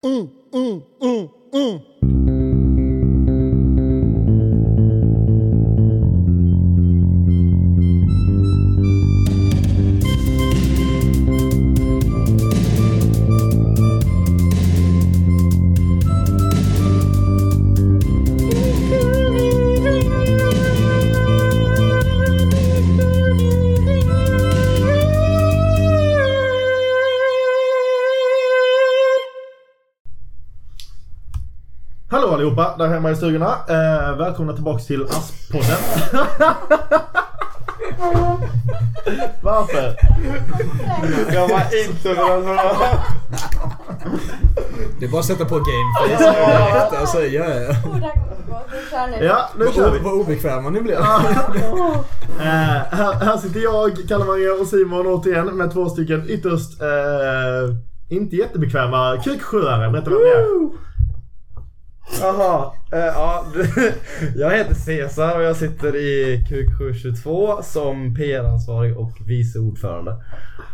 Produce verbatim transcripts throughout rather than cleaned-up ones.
Mm, mm, mm, mm. Hallå allihopa, där hemma i stugorna. Eh, välkomna tillbaks till Aspodden. Varför? Jag var inte överraskad. Det är bara att sätta på gameface direkt och säga ja. Ja, nu kör vi. Vad obekväma ni blev. eh, här, här sitter jag, Kalle-Maria och Simon återigen med två stycken ytterst eh, inte jättebekväma kuksjöare. Berätta vad det är. Jaha, äh, ja, jag heter Cesar och jag sitter i Kuk sju tjugotvå som P R-ansvarig och vice ordförande.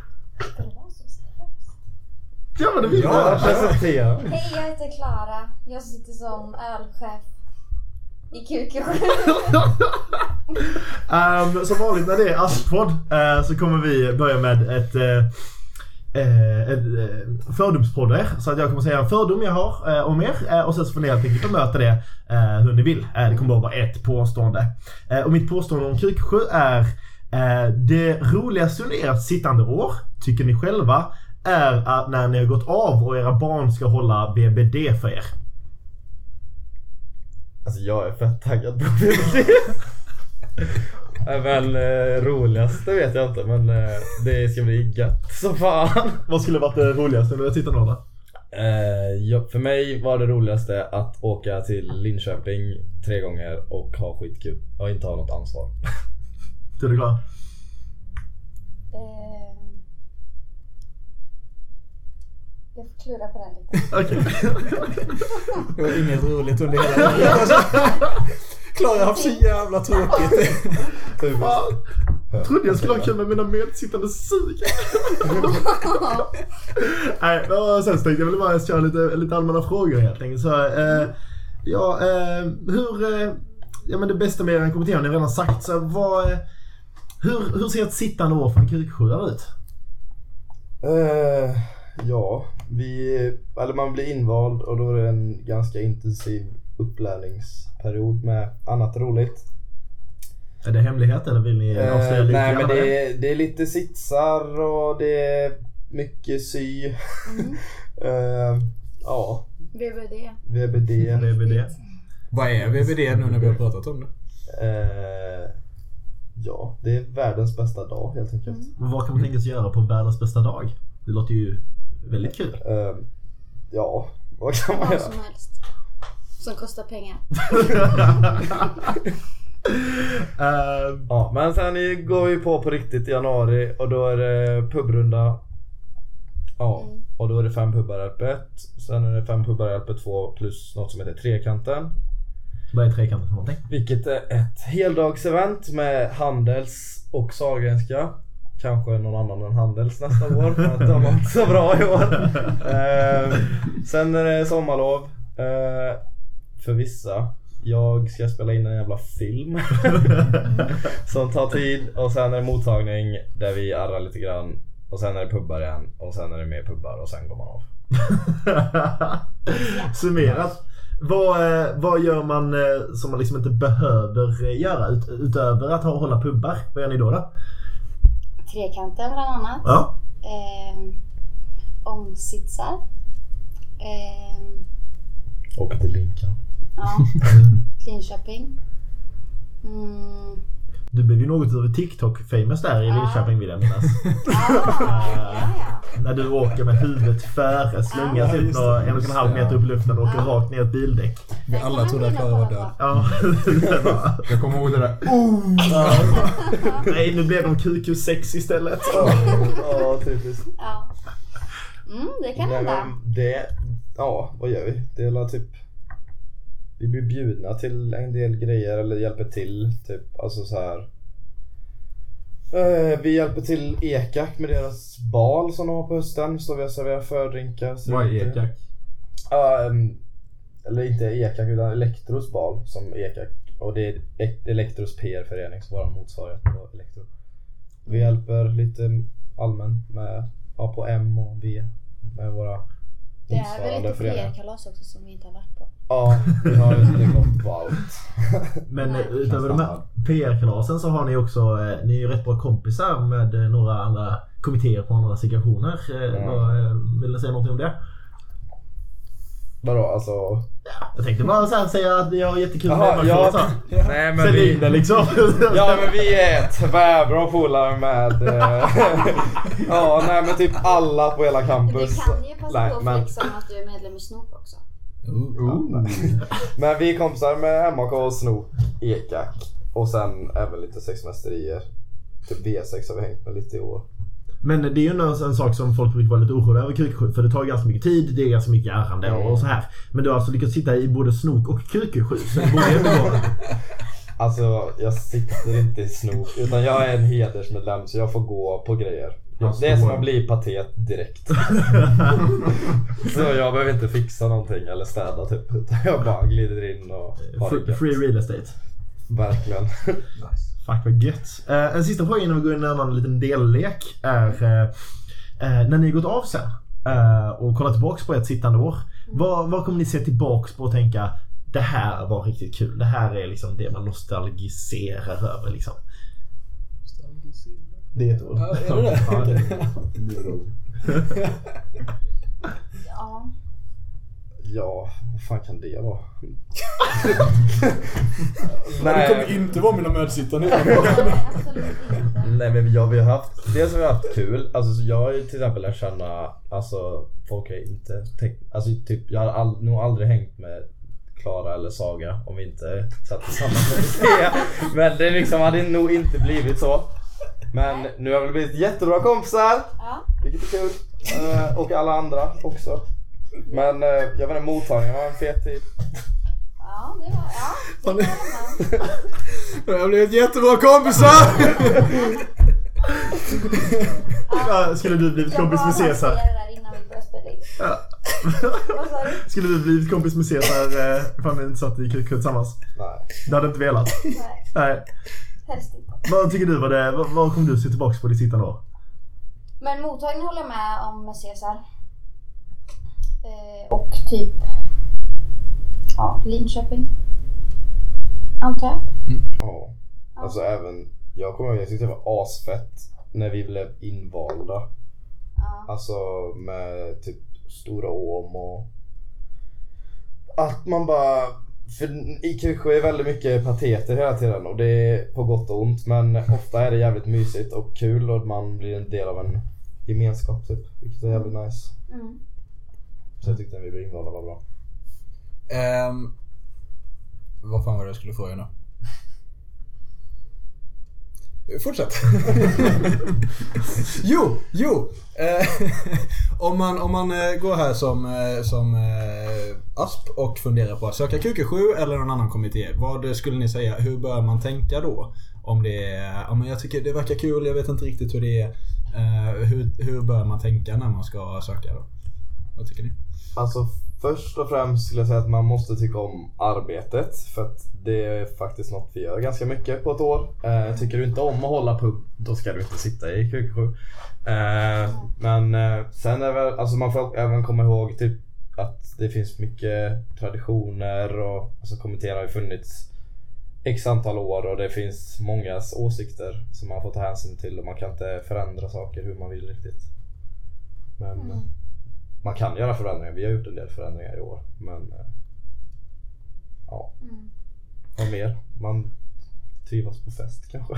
Ja, men det vill ja, jag presentera. Hej, jag heter Klara. Jag sitter som ölchef i Kuk sju. um, Som vanligt när det är Aspodd uh, så kommer vi börja med ett... Uh, Eh, eh, fördomspodder. Så att jag kommer säga en fördom jag har eh, om er eh, och sen så får ni helt enkelt bemöta det eh, hur ni vill. eh, Det kommer bara vara ett påstående eh, och mitt påstående om Kuksjö är eh, det roligaste under ert sittande år, tycker ni själva, är att när ni har gått av och era barn ska hålla B B D för er. Alltså jag är fett taggad på B B D. Men eh, roligaste vet jag inte, men eh, det ska bli gött så fan. Vad skulle varit det roligaste under ert sittande år då? Eh, ja, för mig var det roligaste att åka till Linköping tre gånger och ha skitkul och inte ha något ansvar. Är du klar? Eh, jag får klura på den lite. Okej. Det var inget roligt under hela tiden. Klara har haft så jävla tråkigt. Fan. Jag trodde jag skulle ha kul med mina medsittande sug. Nej, och sen tänkte jag ville bara köra lite, lite allmänna frågor helt enkelt. Så, eh, ja, eh, hur... Eh, ja, men det bästa med er kommentaren har ni redan sagt. Så vad... Eh, hur, hur ser ett sittande år för en kuksjöare ut? Uh, ja, vi... Eller man blir invald och då är det en ganska intensiv upplärningsperiod med annat roligt. Är det hemlighet eller vill ni avslöja uh, lite? Nej, men det är, det är lite sitsar och det är mycket sy. Mm. uh, ja. B B D. V B D. V B D. Vad är V B D nu när vi har pratat om det? Uh, ja, det är världens bästa dag helt enkelt. Mm. Men vad kan man tänka sig göra på världens bästa dag? Det låter ju väldigt kul. Uh, ja, vad kan man Vad göra? som helst. Som kostar pengar. uh, ja, men sen går vi på på riktigt i januari och då är det pubrunda. Ja, mm. Och då är det fem pubbar L P ett. Sen är det fem pubbar L P två plus något som heter Trekanten. Vad är Trekanten för någonting? Vilket är ett heldagsevent med Handels och Sahlgrenska. Kanske någon annan än Handels nästa år för att de var inte så bra i år. uh, Sen är det sommarlov uh, för vissa. Jag ska spela in en jävla film som tar tid. Och sen är det mottagning där vi arrar lite grann. Och sen är det pubbar igen. Och sen är det mer pubbar och sen går man av. Summerat, vad, vad gör man som man liksom inte behöver göra ut, utöver att ha, hålla pubbar? Vad gör ni då då? Trekanten bland annat. Ja. Eh, omsitsar. Eh, Åka till Linkan. Ja. Linköping. Mm. Du blev ju något av TikTok-famous där i Linköping vill jag minnas. Ja, ja, ja. När du åker med huvudet före, slungas ut några en och en halv meter upp i luften och åker ja. rakt ner ett bildäck. Vi alla trodde att Klara var död. Ja. Jag kommer ihåg det där. Oh! Ja. Nej, nu blev de Q Q sex istället. Ja, ja, typiskt. Ja. Mm, det kan hända. Det, ja, vad gör vi? Det är typ... Vi blir bjudna till en del grejer eller hjälper till typ, alltså så här. Eh, vi hjälper till Ekak med deras bal som de har på hösten. Så vi har serverat fördrinkar. Vad är Ekak? Um, eller inte Ekak utan Elektros bal som Ekak. Och det är Elektros P R-förening som vår motsvarighet på Elektro. Vi hjälper lite allmänt med ja, på M och V med våra Det är väl lite föreningar. P R-kalas också som vi inte har varit på. Ja, vi har ju gått på allt. Men utöver de här P R-kalasen så har ni också, eh, ni är ju rätt bra kompisar med eh, några andra kommittéer på andra situationer. Eh, Mm. vad, eh, vill du säga något om det? Vadå, alltså? Jag tänkte bara så här säga att ni har jättekul Aha, med ja. ja. Nej men Sälj vi... in det liksom. Ja men vi är tvärbra polare med eh, ja nej men typ alla på hela Du campus. kan ju passa Nej, på att men- flexa om att du är medlem i Snoop också. Ja, nej. Men vi är kompisar med M A K och Snoop, Ekak och sen även lite sexmästerier. Typ V sex har vi hängt med lite i år. Men det är ju en, en sak som folk brukar vara lite oroliga över Q Q sju, för det tar ganska mycket tid, det är ganska mycket ärende och, och så här. Men du har alltså lyckats sitta i både Snook och Q Q sju, så det borde ändå vara. Alltså jag sitter inte i Snoop utan jag är en hedersmedlem så jag får gå på grejer. Det är som att bli patet direkt. Så jag behöver inte fixa någonting eller städa typ, utan jag bara glider in och har det Free, gött. free real estate. Verkligen. Fuck vad gött. Eh, en sista fråga innan vi går in i en annan liten dellek är eh, eh, när ni gått av sen eh, och kollar tillbaks på ett sittande år. Vad, vad kommer ni se tillbaks på och tänka det här var riktigt kul. Det här är liksom det man nostalgiserar över liksom. Det är ett ord. Ja, är det det? Ja, det är- Ja. Ja, vad fan kan det vara? Det kommer inte vara mina medsittande. Nej, absolut inte. Nej men jag, vi har haft, dels har vi haft kul, alltså jag har ju till exempel lärt känna, alltså folk är inte, tänk, alltså typ jag har all, nog aldrig hängt med Klara eller Saga om vi inte satt tillsammans med det. Men det liksom hade nog inte blivit så. Men nu har vi blivit jättebra kompisar, Ja. vilket är kul. Eh, och alla andra också. Men eh, jag vet inte, mottagningen var en fet tid. Ja, det var, ja, det var det. Jag har blivit jättebra kompisar! Ja, skulle du blivit kompis med Cesar? Jag bara det där innan vi började spela in. Ja. Vad sa du? Skulle du blivit kompis med Cesar eh, ifall ni inte satt i Q Q tillsammans? Nej. Du hade inte velat? Nej, Nej. helst inte. Vad tycker du var det? Vad, vad kommer du se tillbaka på ditt sittande år? Men mottagningen håller jag med om med Cesar. Eh, och typ ja, Linköping. Antar jag. Ja. Alltså även, jag kommer ihåg, jag tyckte det var asfett när vi blev invalda. Ja. Alltså med typ Stora Åm och att man bara, för i Q sju är väldigt mycket pateter hela tiden och det är på gott och ont, men ofta är det jävligt mysigt och kul och man blir en del av en gemenskap typ, vilket är jävligt nice. Mm. Så jag tyckte att vi blev invalda var bra. Um, vad fan var det jag skulle fråga nu? Fortsätt. jo, jo. Eh, om man om man eh, går här som eh, som eh, Asp och funderar på att söka Q Q sju eller någon annan kommitté, vad skulle ni säga? Hur bör man tänka då? Om det är, ja, men jag tycker det verkar kul, jag vet inte riktigt hur det är. Eh, hur hur bör man tänka när man ska söka då? Vad tycker ni? Alltså först och främst skulle jag säga att man måste tycka om arbetet, för att det är faktiskt något vi gör ganska mycket på ett år. Eh, tycker du inte om att hålla pub, då ska du inte sitta i Q Q sju. Eh, men eh, sen är väl, alltså man får även komma ihåg typ att det finns mycket traditioner och alltså kommittén har ju funnits x antal år och det finns mångas åsikter som man får ta hänsyn till och man kan inte förändra saker hur man vill riktigt. Men Mm. man kan göra förändringar, vi har gjort en del förändringar i år, men ja, Mm. vad mer? Man trivas på fest kanske.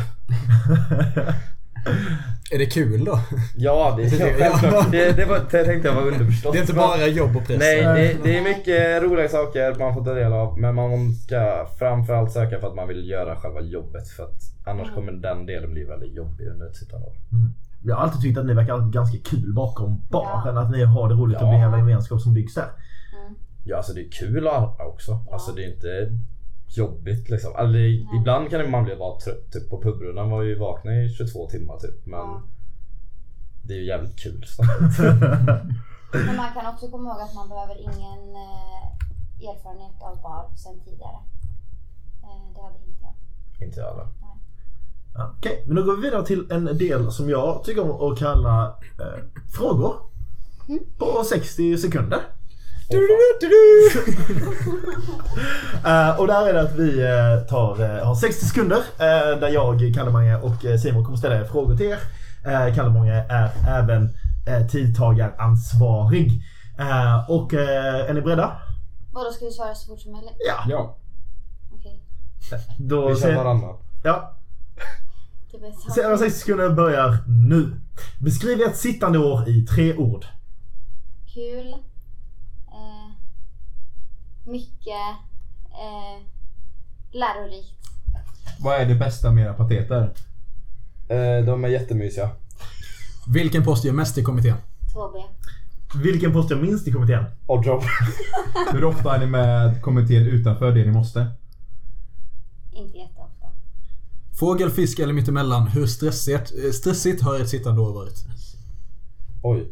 Är det kul då? Ja, det är självklart. Det, det, var, det tänkte jag var underförstått. Det är inte bara jobb och press. Nej, det, det är mycket roliga saker man får ta del av, men man ska framförallt söka för att man vill göra själva jobbet, för att annars kommer den delen bli väldigt jobbig under ett sittande år. Mm. Jag har alltid tyckt att ni verkar ganska kul bakom baren, Ja. att ni har det roligt Ja. och blir en jävla gemenskap som byggs där. Mm. Ja, alltså det är kul också. Ja. Alltså det är inte jobbigt liksom. Alltså, Nej. ibland kan man bli bara trött typ på pubrundan var ju vakna i tjugotvå timmar typ, men Ja. det är ju jävligt kul samtidigt. Men man kan också komma ihåg att man behöver ingen eh, erfarenhet av bar sen tidigare. Eh, det hade inte jag. Inte alla. Ja, Okej, okay. Men då går vi vidare till en del som jag tycker om att kalla eh, frågor. Mm. På sextio sekunder. Du, du, du, du. uh, och där är det att vi uh, tar, uh, har sextio sekunder uh, där jag, Kalle-Mange och uh, Simon kommer ställa frågor till er. Uh, Kalle-Mange är även uh, tidtagaransvarig. Uh, och uh, är ni beredda? Vadå, ska vi svara så fort som möjligt? Ja. Ja. Okej. Okay. Vi känner varandra. Ja. sextio sekunder börjar nu. Beskriv ett sittande år i tre ord. Kul. Eh, mycket eh, lärorikt. Vad är det bästa med era pateter? Eh, de är jättemysiga. Vilken post gör mest i kommittén? två B. Vilken post gör minst i kommittén? Oddjob. Hur ofta är ni med kommittén utanför det ni måste? Inte jätteofta. Fågel, fisk eller mittemellan? Hur stressigt, stressigt har ett sittande år varit? Oj.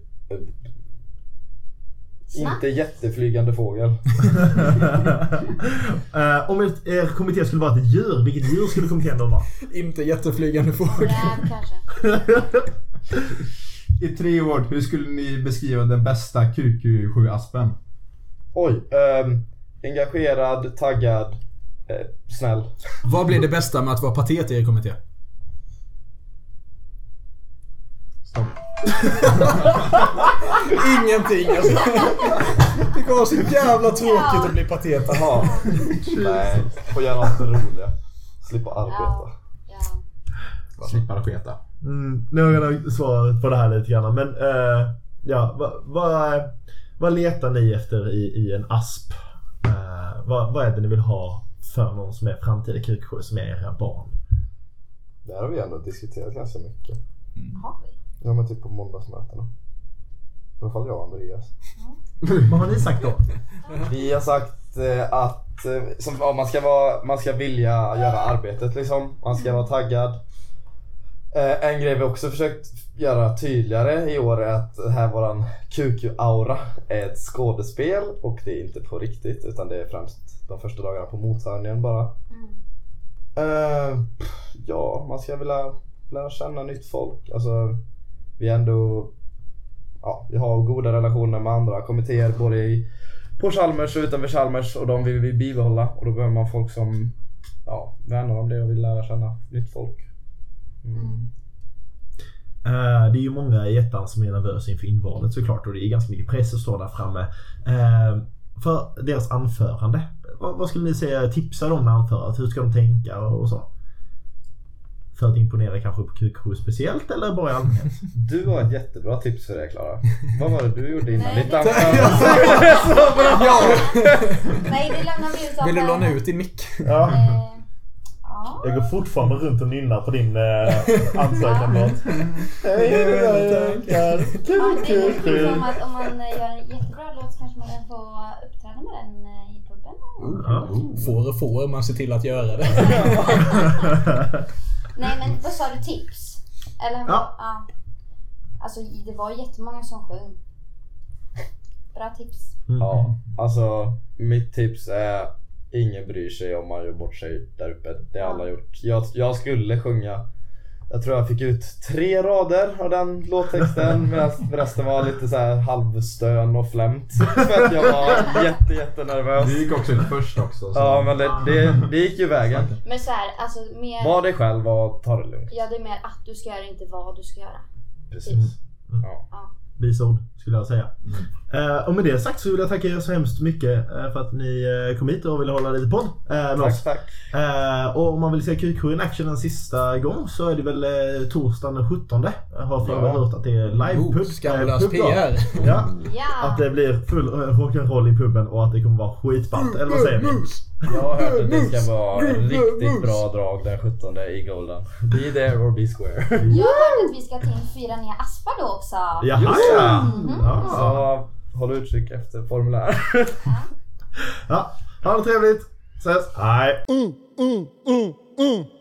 Inte jätteflygande fågel. uh, om ett, er kommitté skulle vara ett djur, vilket djur skulle kommittén då vara? Inte jätteflygande fågel. Ja, kanske. I tre ord, hur skulle ni beskriva den bästa Q Q sju-aspen? Oj. Um, engagerad, taggad, eh, snäll. Vad blir det bästa med att vara patet i er kommitté? Stopp. Ingenting alltså. Det kommer vara så jävla tråkigt att bli patet. Jaha. Nej, får göra något roliga. Slippa arbeta. Ja. Ja. Slippa sketa. Mm, nu har jag svarat på det här lite grann. Men uh, ja, vad va, va letar ni efter i, i en asp? Uh, vad va är det ni vill ha för någon som är framtida Q Q sju, som är era barn? Det här har vi ändå diskuterat ganska mycket. Mm. Har vi? Ja, men typ på måndagsmötena. I alla fall jag och Andreas. Mm. Vad har ni sagt då? Vi har sagt eh, att eh, som, ja, man, ska vara, man ska vilja göra arbetet liksom. Man ska vara taggad. Eh, en grej vi också försökt göra tydligare i år är att det här våran Q Q-aura är ett skådespel. Och det är inte på riktigt, utan det är främst de första dagarna på mottagningen bara. Mm. Eh, ja, man ska vilja lära känna nytt folk. Alltså, vi ändå... Ja, vi har goda relationer med andra kommittéer både i, på Chalmers och utanför Chalmers, och de vill vi bibehålla, och då behöver man folk som ja, vänner om det och vill lära känna nytt folk. Mm. Mm. Uh, det är ju många i ettan som är nervösa inför invalet såklart, och det är ganska mycket press att stå där framme. Uh, för deras anförande, vad, vad skulle ni säga, tipsa dem med anförandet? Hur ska de tänka och, och så? För att imponera kanske på Q Q sju speciellt, eller bara i allmänhet? Du har ett jättebra tips för det, Klara. Vad var det du gjorde innan Nej, ditt det- anförande? Så bra! Ja. Nej, det lämnar vi ut. Vill du låna ut din mick? Ja. Eh, ja. Jag går fortfarande runt och nynnar på din eh, ansökan. Ja, det är nog som att om man eh, gör en jättebra låt så kanske man kan få uppträda med den eh, i puben. Ja. Får och får, man ser till att göra det. Nej, men vad sa du, tips? Eller? Ja. Ja. Alltså det var jättemånga som sjöng. Bra tips. Mm. Ja, alltså mitt tips är ingen bryr sig om man gör bort sig där uppe. Det har alla gjort. Jag, jag skulle sjunga. Jag tror jag fick ut tre rader av den låttexten, medan resten var lite så här halvstön och flämt. För att jag var jätte, jätte nervös. Du gick också ut först också. Så. Ja, men det, det, det gick ju vägen. Men så här, alltså mer... Var dig själv och ta det lugnt. Ja, det är mer att du ska göra, inte vad du ska göra. Precis. Mm. Ja. Ja. Visord skulle jag säga. Uh, och med det sagt så vill jag tacka er så hemskt mycket uh, för att ni uh, kom hit och ville hålla lite podd uh, med Tack, oss. tack. Uh, och om man vill se Q Q in action en sista gång så är det väl uh, torsdagen den sjuttonde. Jag har för mig Ja. hört att det är live-pub. Oh, skamlös uh, pub, P R. Ja. Ja. Att det blir full uh, rock'n'roll i puben och att det kommer vara skitballt. Eller vad säger ni? Jag har hört att det ska vara en riktigt bra drag den sjuttonde i Golden. Be there or be square. Jag hörde att vi ska till fira ner Aspar då också. Jaha, Just det. ja. Mhm. Ja. Så håll utkik efter formulär. Ja. Ha det trevligt. Ses. Hej. Mm, mm, mm, mm.